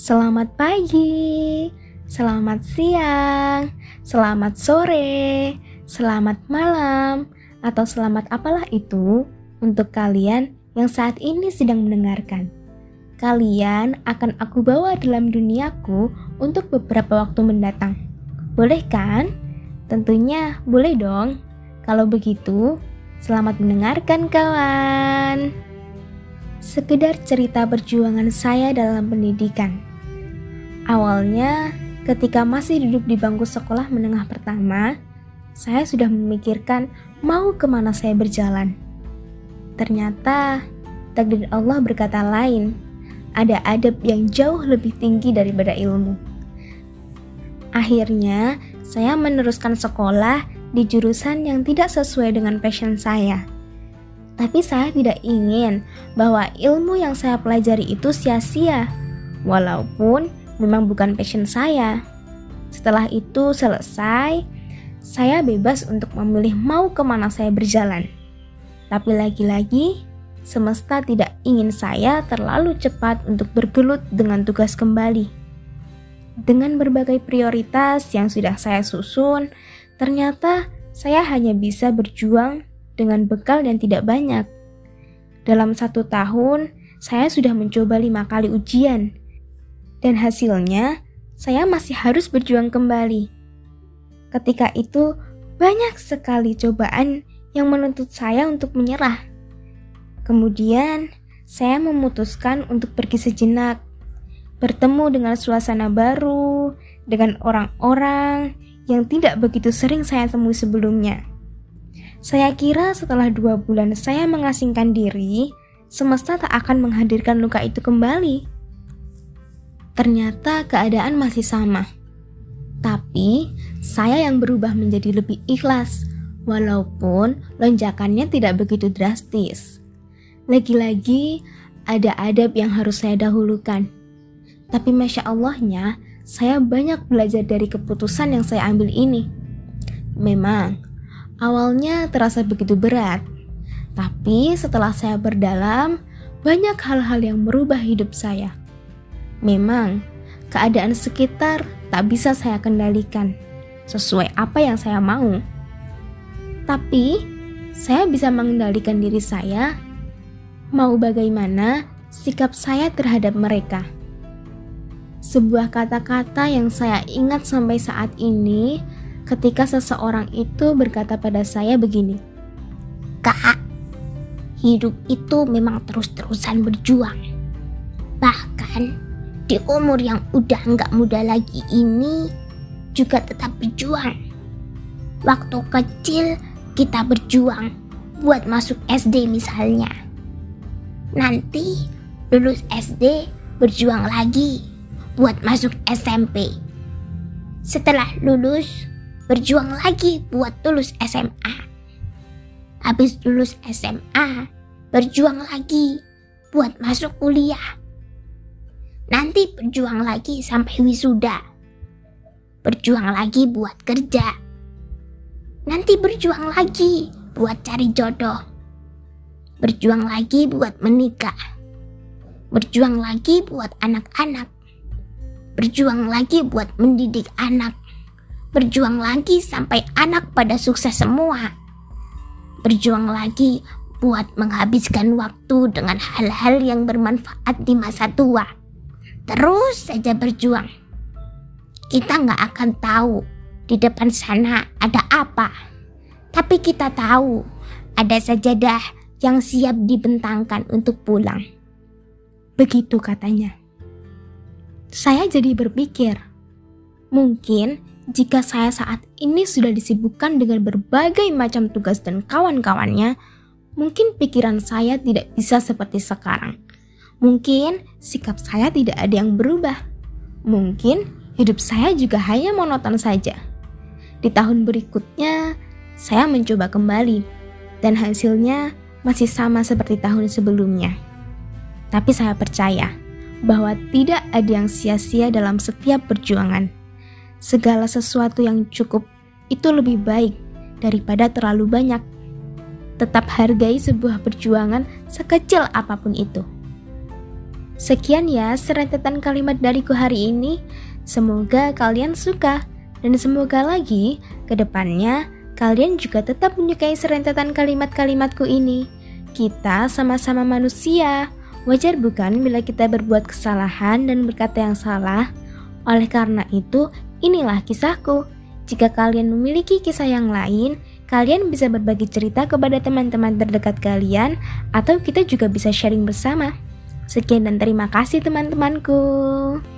Selamat pagi, selamat siang, selamat sore, selamat malam, atau selamat apalah itu untuk kalian yang saat ini sedang mendengarkan. Kalian akan aku bawa dalam duniaku untuk beberapa waktu mendatang. Boleh kan? Tentunya boleh dong. Kalau begitu, selamat mendengarkan kawan. Sekedar cerita perjuangan saya dalam pendidikan. Awalnya, ketika masih duduk di bangku sekolah menengah pertama, saya sudah memikirkan mau kemana saya berjalan. Ternyata, takdir Allah berkata lain. Ada adab yang jauh lebih tinggi daripada ilmu. Akhirnya, saya meneruskan sekolah di jurusan yang tidak sesuai dengan passion saya. Tapi saya tidak ingin bahwa ilmu yang saya pelajari itu sia-sia, walaupun memang bukan passion saya. Setelah itu selesai, saya bebas untuk memilih mau kemana saya berjalan. Tapi lagi-lagi, semesta tidak ingin saya terlalu cepat untuk bergelut dengan tugas kembali. Dengan berbagai prioritas yang sudah saya susun, ternyata saya hanya bisa berjuang dengan bekal yang tidak banyak. Dalam 1 tahun, saya sudah mencoba 5 kali ujian. Dan hasilnya, saya masih harus berjuang kembali. Ketika itu, banyak sekali cobaan yang menuntut saya untuk menyerah. Kemudian, saya memutuskan untuk pergi sejenak, bertemu dengan suasana baru, dengan orang-orang yang tidak begitu sering saya temui sebelumnya. Saya kira setelah 2 bulan saya mengasingkan diri, semesta tak akan menghadirkan luka itu kembali. Ternyata keadaan masih sama. Tapi, saya yang berubah menjadi lebih ikhlas, walaupun lonjakannya tidak begitu drastis. Lagi-lagi, ada adab yang harus saya dahulukan. Tapi Masya Allahnya, saya banyak belajar dari keputusan yang saya ambil ini. Memang, awalnya terasa begitu berat. Tapi setelah saya berdalam, banyak hal-hal yang merubah hidup saya. Memang, keadaan sekitar tak bisa saya kendalikan sesuai apa yang saya mau. Tapi, saya bisa mengendalikan diri saya. Mau bagaimana sikap saya terhadap mereka. Sebuah kata-kata yang saya ingat sampai saat ini ketika seseorang itu berkata pada saya begini, "Kak, hidup itu memang terus-terusan berjuang. Bahkan di umur yang udah nggak muda lagi ini juga tetap berjuang. Waktu kecil kita berjuang buat masuk SD misalnya. Nanti lulus SD berjuang lagi buat masuk SMP. Setelah lulus berjuang lagi buat lulus SMA. Habis lulus SMA berjuang lagi buat masuk kuliah. Nanti berjuang lagi sampai wisuda. Berjuang lagi buat kerja. Nanti berjuang lagi buat cari jodoh. Berjuang lagi buat menikah. Berjuang lagi buat anak-anak. Berjuang lagi buat mendidik anak. Berjuang lagi sampai anak pada sukses semua. Berjuang lagi buat menghabiskan waktu dengan hal-hal yang bermanfaat di masa tua. Terus saja berjuang. Kita nggak akan tahu di depan sana ada apa. Tapi kita tahu ada sajadah yang siap dibentangkan untuk pulang." Begitu katanya. Saya jadi berpikir, mungkin jika saya saat ini sudah disibukkan dengan berbagai macam tugas dan kawan-kawannya, mungkin pikiran saya tidak bisa seperti sekarang. Mungkin sikap saya tidak ada yang berubah. Mungkin hidup saya juga hanya monoton saja. Di tahun berikutnya, saya mencoba kembali, dan hasilnya masih sama seperti tahun sebelumnya. Tapi saya percaya bahwa tidak ada yang sia-sia dalam setiap perjuangan. Segala sesuatu yang cukup itu lebih baik daripada terlalu banyak. Tetap hargai sebuah perjuangan sekecil apapun itu. Sekian ya serentetan kalimat dariku hari ini. Semoga kalian suka dan semoga lagi ke depannya kalian juga tetap menyukai serentetan kalimat-kalimatku ini. Kita sama-sama manusia. Wajar bukan bila kita berbuat kesalahan dan berkata yang salah? Oleh karena itu, inilah kisahku. Jika kalian memiliki kisah yang lain, kalian bisa berbagi cerita kepada teman-teman terdekat kalian atau kita juga bisa sharing bersama. Sekian dan terima kasih teman-temanku.